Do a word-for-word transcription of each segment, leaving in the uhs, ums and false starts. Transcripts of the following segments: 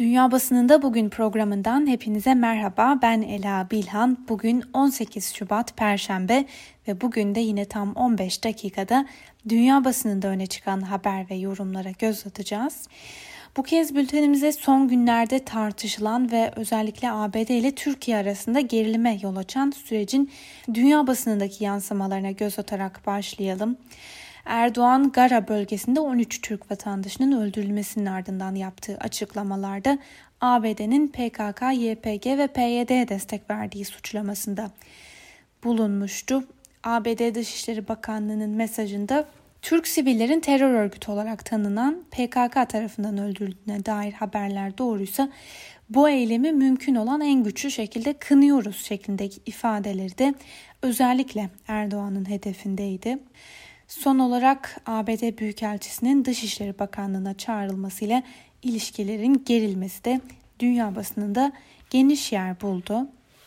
Dünya Basınında Bugün programından hepinize merhaba. Ben Ela Bilhan. Bugün on sekiz Şubat Perşembe ve bugün de yine tam on beş dakikada dünya basınında öne çıkan haber ve yorumlara göz atacağız. Bu kez bültenimize son günlerde tartışılan ve özellikle A B D ile Türkiye arasında gerilime yol açan sürecin dünya basınındaki yansımalarına göz atarak başlayalım. Erdoğan, Gara bölgesinde on üç Türk vatandaşının öldürülmesinin ardından yaptığı açıklamalarda A B D'nin P K K, Y P G ve P Y D'ye destek verdiği suçlamasında bulunmuştu. A B D Dışişleri Bakanlığı'nın mesajında Türk sivillerin terör örgütü olarak tanınan P K K tarafından öldürüldüğüne dair haberler doğruysa bu eylemi mümkün olan en güçlü şekilde kınıyoruz şeklindeki ifadeleri de özellikle Erdoğan'ın hedefindeydi. Son olarak A B D Büyükelçisi'nin Dışişleri Bakanlığı'na çağrılmasıyla ilişkilerin gerilmesi de dünya basınında geniş yer buldu.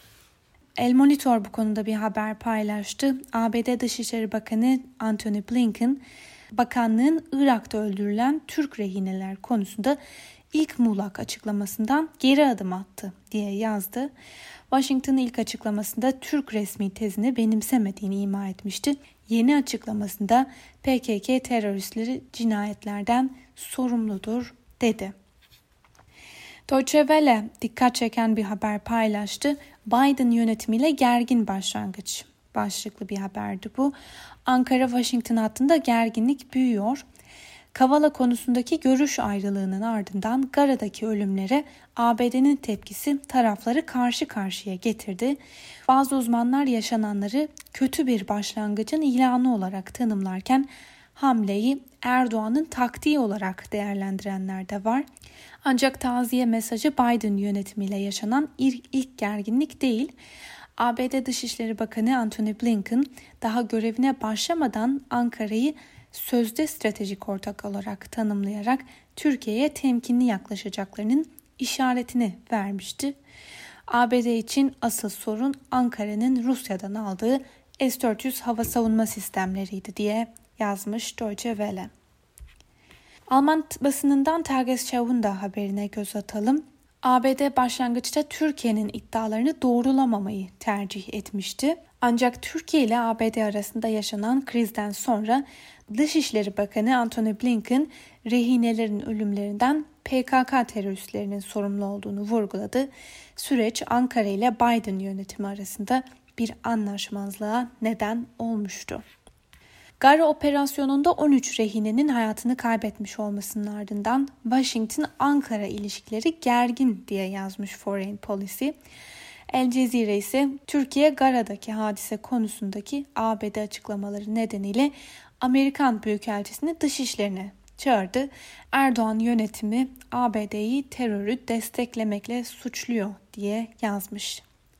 El Monitor bu konuda bir haber paylaştı. A B D Dışişleri Bakanı Antony Blinken, bakanlığın Irak'ta öldürülen Türk rehineler konusunda ilk muğlak açıklamasından geri adım attı diye yazdı. Washington ilk açıklamasında Türk resmi tezini benimsemediğini ima etmişti. Yeni açıklamasında P K K teröristleri cinayetlerden sorumludur dedi. Deutsche Welle dikkat çeken bir haber paylaştı. Biden yönetimiyle gergin başlangıç başlıklı bir haberdi bu. Ankara-Washington hattında gerginlik büyüyor. Kavala konusundaki görüş ayrılığının ardından Gara'daki ölümlere A B D'nin tepkisi tarafları karşı karşıya getirdi. Bazı uzmanlar yaşananları kötü bir başlangıcın ilanı olarak tanımlarken hamleyi Erdoğan'ın taktiği olarak değerlendirenler de var. Ancak taziye mesajı Biden yönetimiyle yaşanan ilk, ilk gerginlik değil. A B D Dışişleri Bakanı Antony Blinken daha görevine başlamadan Ankara'yı sözde stratejik ortak olarak tanımlayarak Türkiye'ye temkinli yaklaşacaklarının işaretini vermişti. A B D için asıl sorun Ankara'nın Rusya'dan aldığı S dört yüz hava savunma sistemleriydi diye yazmış Deutsche Welle. Alman basınından Tagesschau'nun da haberine göz atalım. A B D başlangıçta Türkiye'nin iddialarını doğrulamamayı tercih etmişti. Ancak Türkiye ile A B D arasında yaşanan krizden sonra Dışişleri Bakanı Antony Blinken rehinelerin ölümlerinden P K K teröristlerinin sorumlu olduğunu vurguladı. Süreç Ankara ile Biden yönetimi arasında bir anlaşmazlığa neden olmuştu. Gara operasyonunda on üç rehinenin hayatını kaybetmiş olmasının ardından Washington-Ankara ilişkileri gergin diye yazmış Foreign Policy. El Cezire ise Türkiye Gara'daki hadise konusundaki A B D açıklamaları nedeniyle Amerikan Büyükelçisini dışişlerine çağırdı. Erdoğan yönetimi A B D'yi terörü desteklemekle suçluyor diye yazmış.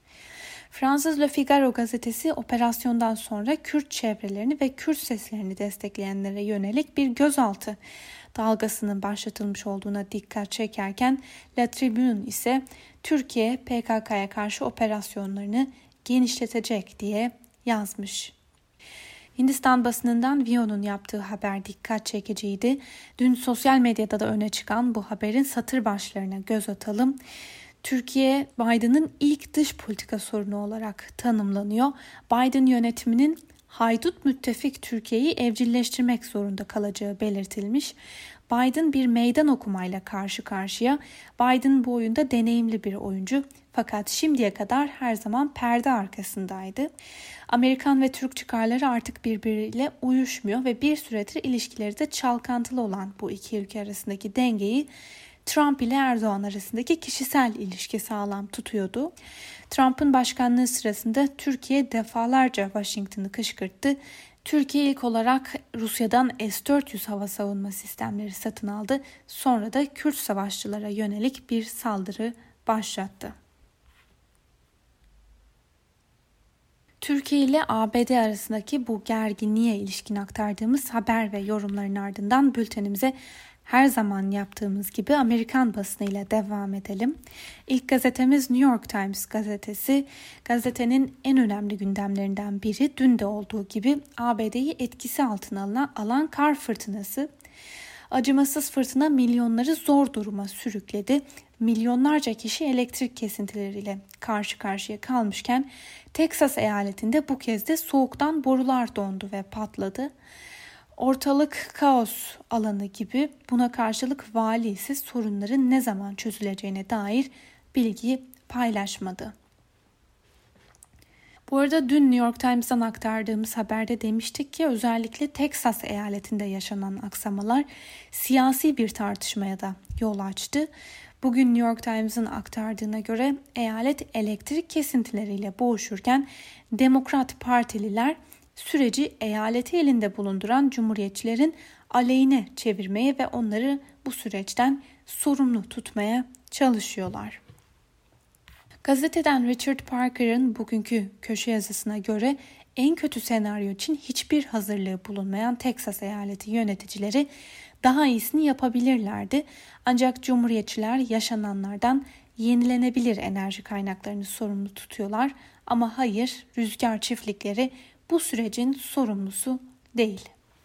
Fransız Le Figaro gazetesi operasyondan sonra Kürt çevrelerini ve Kürt seslerini destekleyenlere yönelik bir gözaltı dalgasının başlatılmış olduğuna dikkat çekerken La Tribune ise Türkiye P K K'ya karşı operasyonlarını genişletecek diye yazmış. Hindistan basınından Vio'nun yaptığı haber dikkat çekiciydi. Dün sosyal medyada da öne çıkan bu haberin satır başlarına göz atalım. Türkiye, Biden'ın ilk dış politika sorunu olarak tanımlanıyor. Biden yönetiminin haydut müttefik Türkiye'yi evcilleştirmek zorunda kalacağı belirtilmiş. Biden bir meydan okumayla karşı karşıya. Biden bu oyunda deneyimli bir oyuncu fakat şimdiye kadar her zaman perde arkasındaydı. Amerikan ve Türk çıkarları artık birbiriyle uyuşmuyor ve bir süredir ilişkileri de çalkantılı olan bu iki ülke arasındaki dengeyi Trump ile Erdoğan arasındaki kişisel ilişki sağlam tutuyordu. Trump'ın başkanlığı sırasında Türkiye defalarca Washington'ı kışkırttı. Türkiye ilk olarak Rusya'dan S dört yüz hava savunma sistemleri satın aldı. Sonra da Kürt savaşçılara yönelik bir saldırı başlattı. Türkiye ile A B D arasındaki bu gerginliğe ilişkin aktardığımız haber ve yorumların ardından bültenimize her zaman yaptığımız gibi Amerikan basınıyla devam edelim. İlk gazetemiz New York Times gazetesi. Gazetenin en önemli gündemlerinden biri dün de olduğu gibi A B D'yi etkisi altına alan, alan kar fırtınası. Acımasız fırtına milyonları zor duruma sürükledi. Milyonlarca kişi elektrik kesintileriyle karşı karşıya kalmışken Teksas eyaletinde bu kez de soğuktan borular dondu ve patladı. Ortalık kaos alanı gibi, buna karşılık vali ise sorunların ne zaman çözüleceğine dair bilgi paylaşmadı. Bu arada dün New York Times'dan aktardığımız haberde demiştik ki özellikle Teksas eyaletinde yaşanan aksamalar siyasi bir tartışmaya da yol açtı. Bugün New York Times'ın aktardığına göre eyalet elektrik kesintileriyle boğuşurken Demokrat Partililer süreci eyaleti elinde bulunduran Cumhuriyetçilerin aleyhine çevirmeye ve onları bu süreçten sorumlu tutmaya çalışıyorlar. Gazeteden Richard Parker'ın bugünkü köşe yazısına göre en kötü senaryo için hiçbir hazırlığı bulunmayan Teksas eyaleti yöneticileri daha iyisini yapabilirlerdi. Ancak Cumhuriyetçiler yaşananlardan yenilenebilir enerji kaynaklarını sorumlu tutuyorlar. Ama hayır, rüzgar çiftlikleri bu sürecin sorumlusu değil.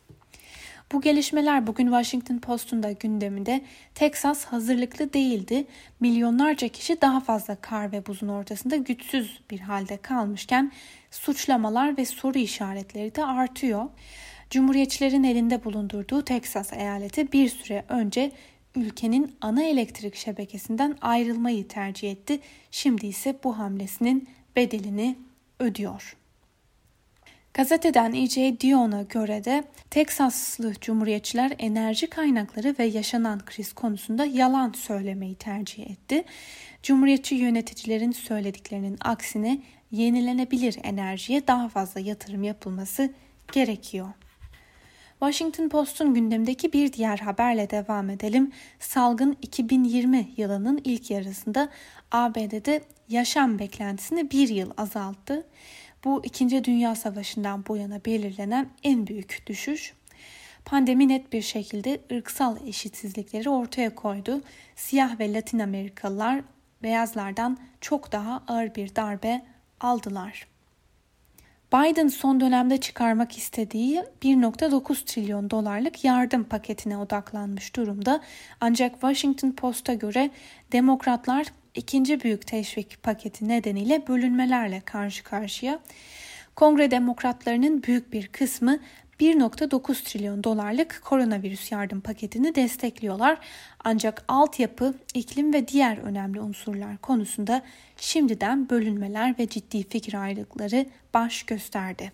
Bu gelişmeler bugün Washington Post'un da gündeminde. Teksas hazırlıklı değildi. Milyonlarca kişi daha fazla kar ve buzun ortasında güçsüz bir halde kalmışken suçlamalar ve soru işaretleri de artıyor. Cumhuriyetçilerin elinde bulundurduğu Teksas eyaleti bir süre önce ülkenin ana elektrik şebekesinden ayrılmayı tercih etti. Şimdi ise bu hamlesinin bedelini ödüyor. Gazeteden E J Dion'a göre de Teksaslı Cumhuriyetçiler enerji kaynakları ve yaşanan kriz konusunda yalan söylemeyi tercih etti. Cumhuriyetçi yöneticilerin söylediklerinin aksine yenilenebilir enerjiye daha fazla yatırım yapılması gerekiyor. Washington Post'un gündemdeki bir diğer haberle devam edelim. Salgın iki bin yirmi yılının ilk yarısında A B D'de yaşam beklentisini bir yıl azalttı. Bu İkinci Dünya Savaşı'ndan bu yana belirlenen en büyük düşüş. Pandemi net bir şekilde ırksal eşitsizlikleri ortaya koydu. Siyah ve Latin Amerikalılar beyazlardan çok daha ağır bir darbe aldılar. Biden son dönemde çıkarmak istediği bir virgül dokuz trilyon dolarlık yardım paketine odaklanmış durumda. Ancak Washington Post'a göre Demokratlar ikinci büyük teşvik paketi nedeniyle bölünmelerle karşı karşıya. Kongre Demokratlarının büyük bir kısmı bir virgül dokuz trilyon dolarlık koronavirüs yardım paketini destekliyorlar. Ancak altyapı, iklim ve diğer önemli unsurlar konusunda şimdiden bölünmeler ve ciddi fikir ayrılıkları baş gösterdi.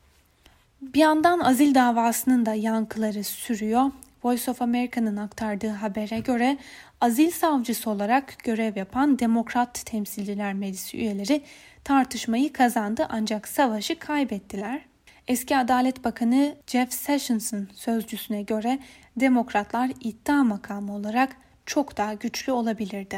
Bir yandan azil davasının da yankıları sürüyor. Voice of America'nın aktardığı habere göre azil savcısı olarak görev yapan Demokrat Temsilciler Meclisi üyeleri tartışmayı kazandı ancak savaşı kaybettiler. Eski Adalet Bakanı Jeff Sessions'ın sözcüsüne göre Demokratlar iddia makamı olarak çok daha güçlü olabilirdi.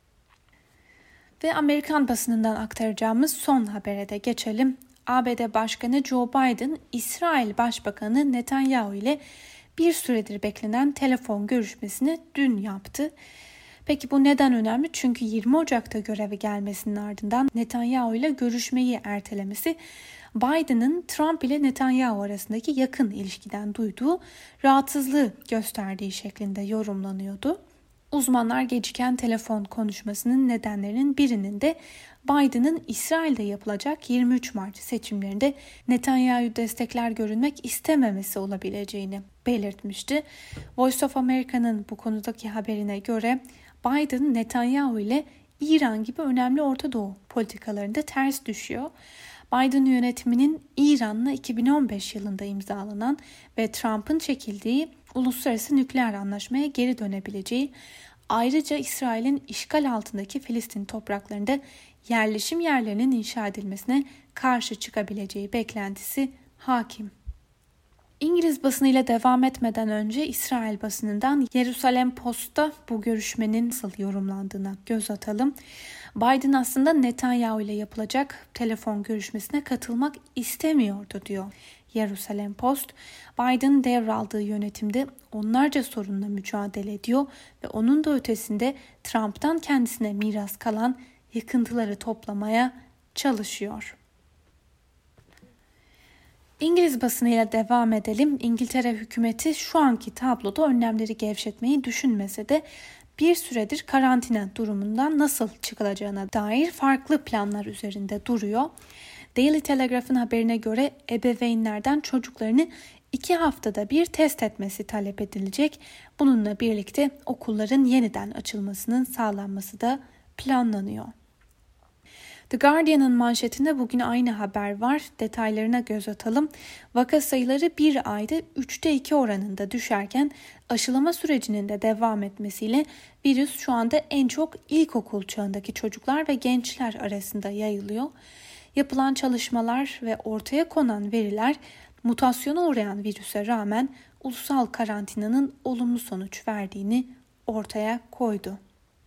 Ve Amerikan basınından aktaracağımız son habere de geçelim. A B D Başkanı Joe Biden, İsrail Başbakanı Netanyahu ile bir süredir beklenen telefon görüşmesini dün yaptı. Peki bu neden önemli? Çünkü yirmi Ocak'ta göreve gelmesinin ardından Netanyahu ile görüşmeyi ertelemesi Biden'ın Trump ile Netanyahu arasındaki yakın ilişkiden duyduğu rahatsızlığı gösterdiği şeklinde yorumlanıyordu. Uzmanlar geciken telefon konuşmasının nedenlerinin birinin de Biden'ın İsrail'de yapılacak yirmi üç Mart seçimlerinde Netanyahu'yu destekler görünmek istememesi olabileceğini belirtmişti. Voice of America'nın bu konudaki haberine göre Biden Netanyahu ile İran gibi önemli Orta Doğu politikalarında ters düşüyor. Biden yönetiminin İran'la iki bin on beş yılında imzalanan ve Trump'ın çekildiği uluslararası nükleer anlaşmaya geri dönebileceği, ayrıca İsrail'in işgal altındaki Filistin topraklarında yerleşim yerlerinin inşa edilmesine karşı çıkabileceği beklentisi hakim. İngiliz basınıyla devam etmeden önce İsrail basınından Jerusalem Post'ta bu görüşmenin nasıl yorumlandığına göz atalım. Biden aslında Netanyahu ile yapılacak telefon görüşmesine katılmak istemiyordu diyor Jerusalem Post. Biden devraldığı yönetimde onlarca sorunla mücadele ediyor ve onun da ötesinde Trump'tan kendisine miras kalan yıkıntıları toplamaya çalışıyor. İngiliz basınıyla devam edelim. İngiltere hükümeti şu anki tabloda önlemleri gevşetmeyi düşünmese de bir süredir karantina durumundan nasıl çıkılacağına dair farklı planlar üzerinde duruyor. Daily Telegraph'ın haberine göre ebeveynlerden çocuklarını iki haftada bir test etmesi talep edilecek. Bununla birlikte okulların yeniden açılmasının sağlanması da planlanıyor. The Guardian'ın manşetinde bugün aynı haber var. Detaylarına göz atalım. Vaka sayıları bir ayda üçte iki oranında düşerken aşılama sürecinin de devam etmesiyle virüs şu anda en çok ilkokul çağındaki çocuklar ve gençler arasında yayılıyor. Yapılan çalışmalar ve ortaya konan veriler mutasyona uğrayan virüse rağmen ulusal karantinanın olumlu sonuç verdiğini ortaya koydu.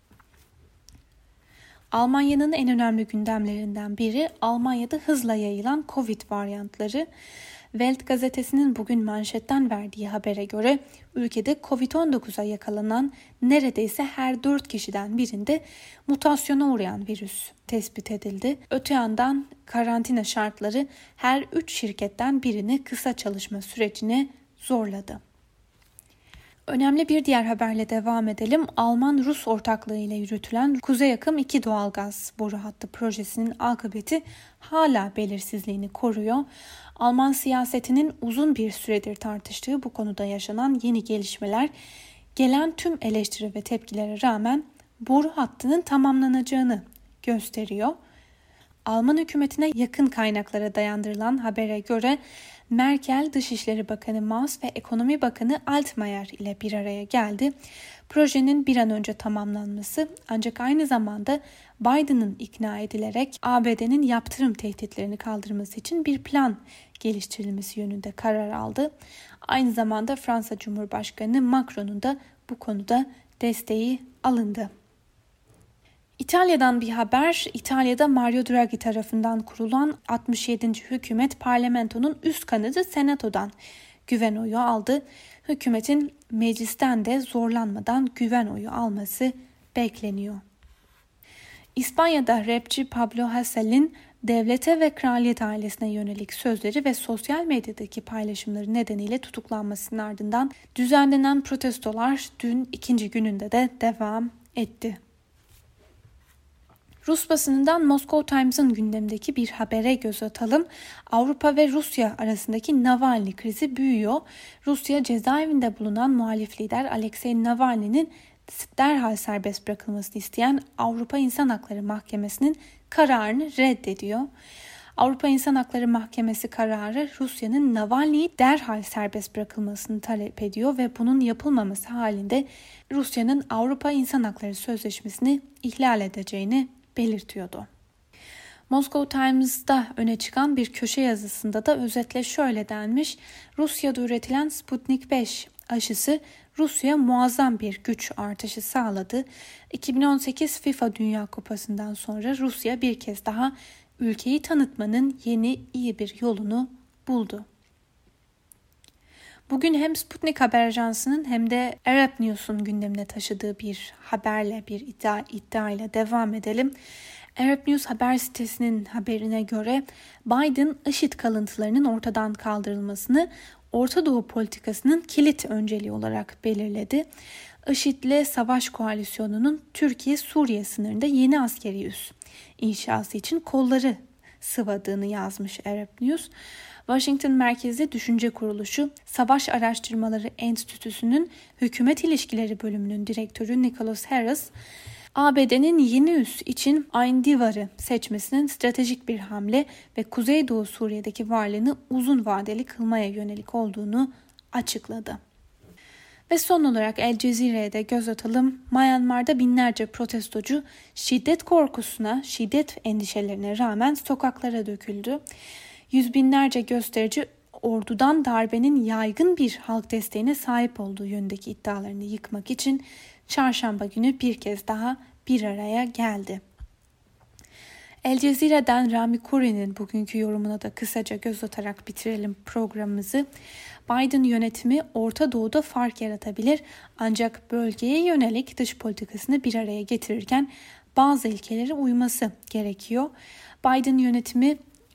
Almanya'nın en önemli gündemlerinden biri Almanya'da hızla yayılan Covid varyantları. Welt gazetesinin bugün manşetten verdiği habere göre ülkede kovid on dokuza yakalanan neredeyse her dört kişiden birinde mutasyona uğrayan virüs tespit edildi. Öte yandan karantina şartları her üç şirketten birini kısa çalışma sürecine zorladı. Önemli bir diğer haberle devam edelim. Alman-Rus ortaklığı ile yürütülen Kuzey Akım iki doğalgaz boru hattı projesinin akıbeti hala belirsizliğini koruyor. Alman siyasetinin uzun bir süredir tartıştığı bu konuda yaşanan yeni gelişmeler gelen tüm eleştiri ve tepkilere rağmen boru hattının tamamlanacağını gösteriyor. Alman hükümetine yakın kaynaklara dayandırılan habere göre Merkel, Dışişleri Bakanı Maas ve Ekonomi Bakanı Altmaier ile bir araya geldi. Projenin bir an önce tamamlanması ancak aynı zamanda Biden'ın ikna edilerek A B D'nin yaptırım tehditlerini kaldırması için bir plan geliştirilmesi yönünde karar aldı. Aynı zamanda Fransa Cumhurbaşkanı Macron'un da bu konuda desteği alındı. İtalya'dan bir haber. İtalya'da Mario Draghi tarafından kurulan altmış yedinci hükümet parlamentonun üst kanadı Senato'dan güven oyu aldı. Hükümetin meclisten de zorlanmadan güven oyu alması bekleniyor. İspanya'da rapçi Pablo Hasél'in devlete ve kraliyet ailesine yönelik sözleri ve sosyal medyadaki paylaşımları nedeniyle tutuklanmasının ardından düzenlenen protestolar dün ikinci gününde de devam etti. Rus basınından Moscow Times'ın gündemdeki bir habere göz atalım. Avrupa ve Rusya arasındaki Navalny krizi büyüyor. Rusya cezaevinde bulunan muhalif lider Alexei Navalny'nin derhal serbest bırakılmasını isteyen Avrupa İnsan Hakları Mahkemesi'nin kararını reddediyor. Avrupa İnsan Hakları Mahkemesi kararı Rusya'nın Navalny'yi derhal serbest bırakılmasını talep ediyor ve bunun yapılmaması halinde Rusya'nın Avrupa İnsan Hakları Sözleşmesi'ni ihlal edeceğini belirtiyordu. Moscow Times'da öne çıkan bir köşe yazısında da özetle şöyle denmiş: Rusya'da üretilen Sputnik beş aşısı Rusya'ya muazzam bir güç artışı sağladı. iki bin on sekiz FIFA Dünya Kupası'ndan sonra Rusya bir kez daha ülkeyi tanıtmanın yeni iyi bir yolunu buldu. Bugün hem Sputnik Haber Ajansı'nın hem de Arab News'un gündemine taşıdığı bir haberle, bir iddia, iddia ile devam edelim. Arab News haber sitesinin haberine göre Biden, IŞİD kalıntılarının ortadan kaldırılmasını Orta Doğu politikasının kilit önceliği olarak belirledi. IŞİD'le savaş koalisyonunun Türkiye-Suriye sınırında yeni askeri üs inşası için kolları sıvadığını yazmış Arab News. Washington merkezli düşünce kuruluşu Savaş Araştırmaları Enstitüsü'nün Hükümet İlişkileri Bölümünün direktörü Nicholas Harris, A B D'nin yeni üs için Ayn Divar'ı seçmesinin stratejik bir hamle ve Kuzeydoğu Suriye'deki varlığını uzun vadeli kılmaya yönelik olduğunu açıkladı. Ve son olarak El Cezire'ye de göz atalım. Myanmar'da binlerce protestocu şiddet korkusuna, şiddet endişelerine rağmen sokaklara döküldü. Yüz binlerce gösterici ordudan darbenin yaygın bir halk desteğine sahip olduğu yönündeki iddialarını yıkmak için çarşamba günü bir kez daha bir araya geldi. El Cezire'den Rami Kuri'nin bugünkü yorumuna da kısaca göz atarak bitirelim programımızı. Biden yönetimi Orta Doğu'da fark yaratabilir ancak bölgeye yönelik dış politikasını bir araya getirirken bazı ilkelere uyması gerekiyor. Biden yönetimi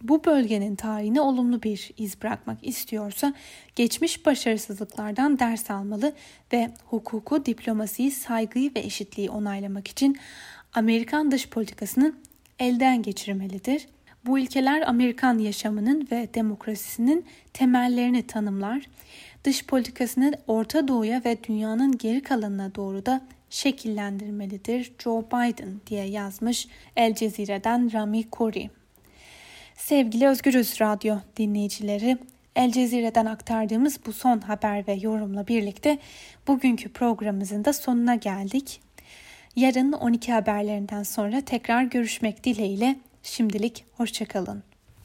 bu bölgenin tarihine olumlu bir iz bırakmak istiyorsa geçmiş başarısızlıklardan ders almalı ve hukuku, diplomasiyi, saygıyı ve eşitliği onaylamak için Amerikan dış politikasını elden geçirmelidir. Bu ilkeler Amerikan yaşamının ve demokrasisinin temellerini tanımlar. Dış politikasını Orta Doğu'ya ve dünyanın geri kalanına doğru da şekillendirmelidir. Joe Biden diye yazmış El Cezire'den Rami Kouri. Sevgili Özgürüz Radyo dinleyicileri, El Cezire'den aktardığımız bu son haber ve yorumla birlikte bugünkü programımızın da sonuna geldik. Yarın on iki haberlerinden sonra tekrar görüşmek dileğiyle şimdilik hoşça kalın.